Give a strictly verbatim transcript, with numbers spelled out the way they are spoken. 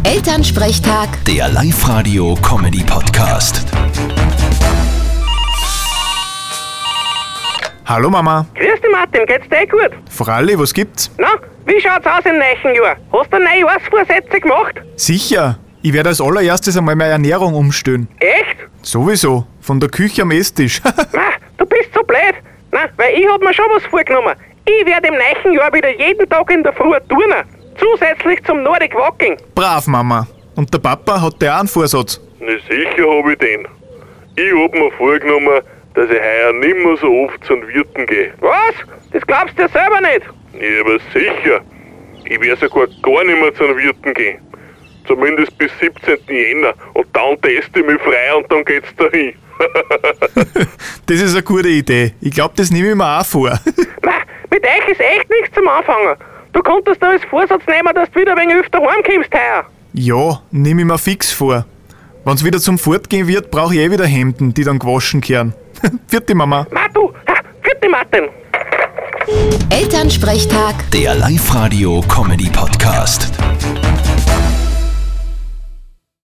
Elternsprechtag, Der Live-Radio-Comedy-Podcast. Hallo Mama. Grüß dich Martin, geht's dir eh gut? Fralli, was gibt's? Na, wie schaut's aus im neuen Jahr? Hast du Neujahrsvorsätze gemacht? Sicher. Ich werde als allererstes einmal meine Ernährung umstellen. Echt? Sowieso. Von der Küche am Esstisch. Na, du bist so blöd. Na, weil ich hab mir schon was vorgenommen. Ich werde im neuen Jahr wieder jeden Tag in der Früh turnen. Zusätzlich zum Nordic Walking. Brav, Mama. Und der Papa hat der auch einen Vorsatz. Na sicher hab ich den. Ich hab mir vorgenommen, dass ich heuer nimmer so oft zum Wirten gehe. Was? Das glaubst du dir selber nicht? Ja, aber sicher. Ich werde sogar gar nicht mehr zum Wirten gehen. Zumindest bis siebzehnten Jänner. Und dann teste ich mich frei und dann geht's dahin. Das ist eine gute Idee. Ich glaube, das nehme ich mir auch vor. Na, mit euch ist echt nichts zum Anfangen. Du konntest da als Vorsatz nehmen, dass du wieder ein wenig öfter heimkommst heuer. Ja, nehme ich mir fix vor. Wenn's wieder zum Fortgehen wird, brauche ich eh wieder Hemden, die dann gewaschen kehren. Vierte Mama. Na du, ha, vierte Martin. Elternsprechtag. Der Live-Radio-Comedy-Podcast.